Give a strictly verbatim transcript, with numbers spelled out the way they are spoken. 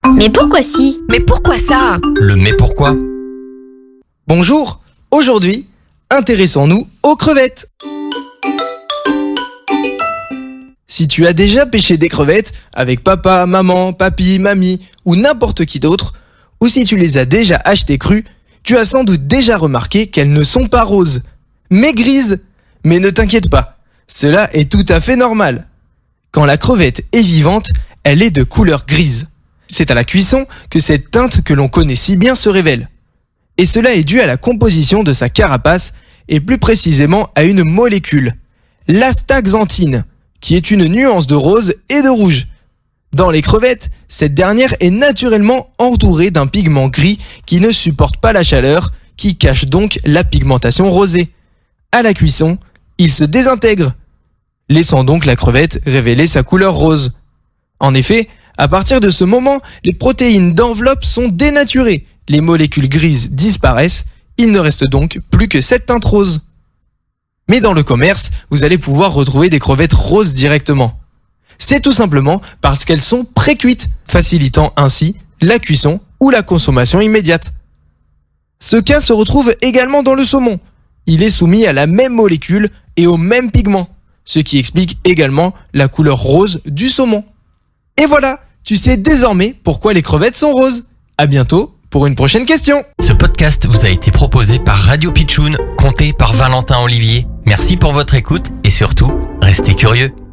Mais pourquoi si? Mais pourquoi ça? Le mais pourquoi? Bonjour, aujourd'hui, intéressons-nous aux crevettes. Si tu as déjà pêché des crevettes avec papa, maman, papy, mamie ou n'importe qui d'autre, ou si tu les as déjà achetées crues, tu as sans doute déjà remarqué qu'elles ne sont pas roses, mais grises. Mais ne t'inquiète pas, cela est tout à fait normal. Quand la crevette est vivante, elle est de couleur grise. C'est à la cuisson que cette teinte que l'on connaît si bien se révèle. Et cela est dû à la composition de sa carapace et plus précisément à une molécule, l'astaxanthine, qui est une nuance de rose et de rouge. Dans les crevettes, cette dernière est naturellement entourée d'un pigment gris qui ne supporte pas la chaleur, qui cache donc la pigmentation rosée. À la cuisson, il se désintègre, laissant donc la crevette révéler sa couleur rose. En effet, à partir de ce moment, les protéines d'enveloppe sont dénaturées, les molécules grises disparaissent, il ne reste donc plus que cette teinte rose. Mais dans le commerce, vous allez pouvoir retrouver des crevettes roses directement. C'est tout simplement parce qu'elles sont pré-cuites, facilitant ainsi la cuisson ou la consommation immédiate. Ce cas se retrouve également dans le saumon. Il est soumis à la même molécule et au même pigment, ce qui explique également la couleur rose du saumon. Et voilà, tu sais désormais pourquoi les crevettes sont roses. À bientôt pour une prochaine question. Ce podcast vous a été proposé par Radio Pitchoun, compté par Valentin Olivier. Merci pour votre écoute et surtout, restez curieux.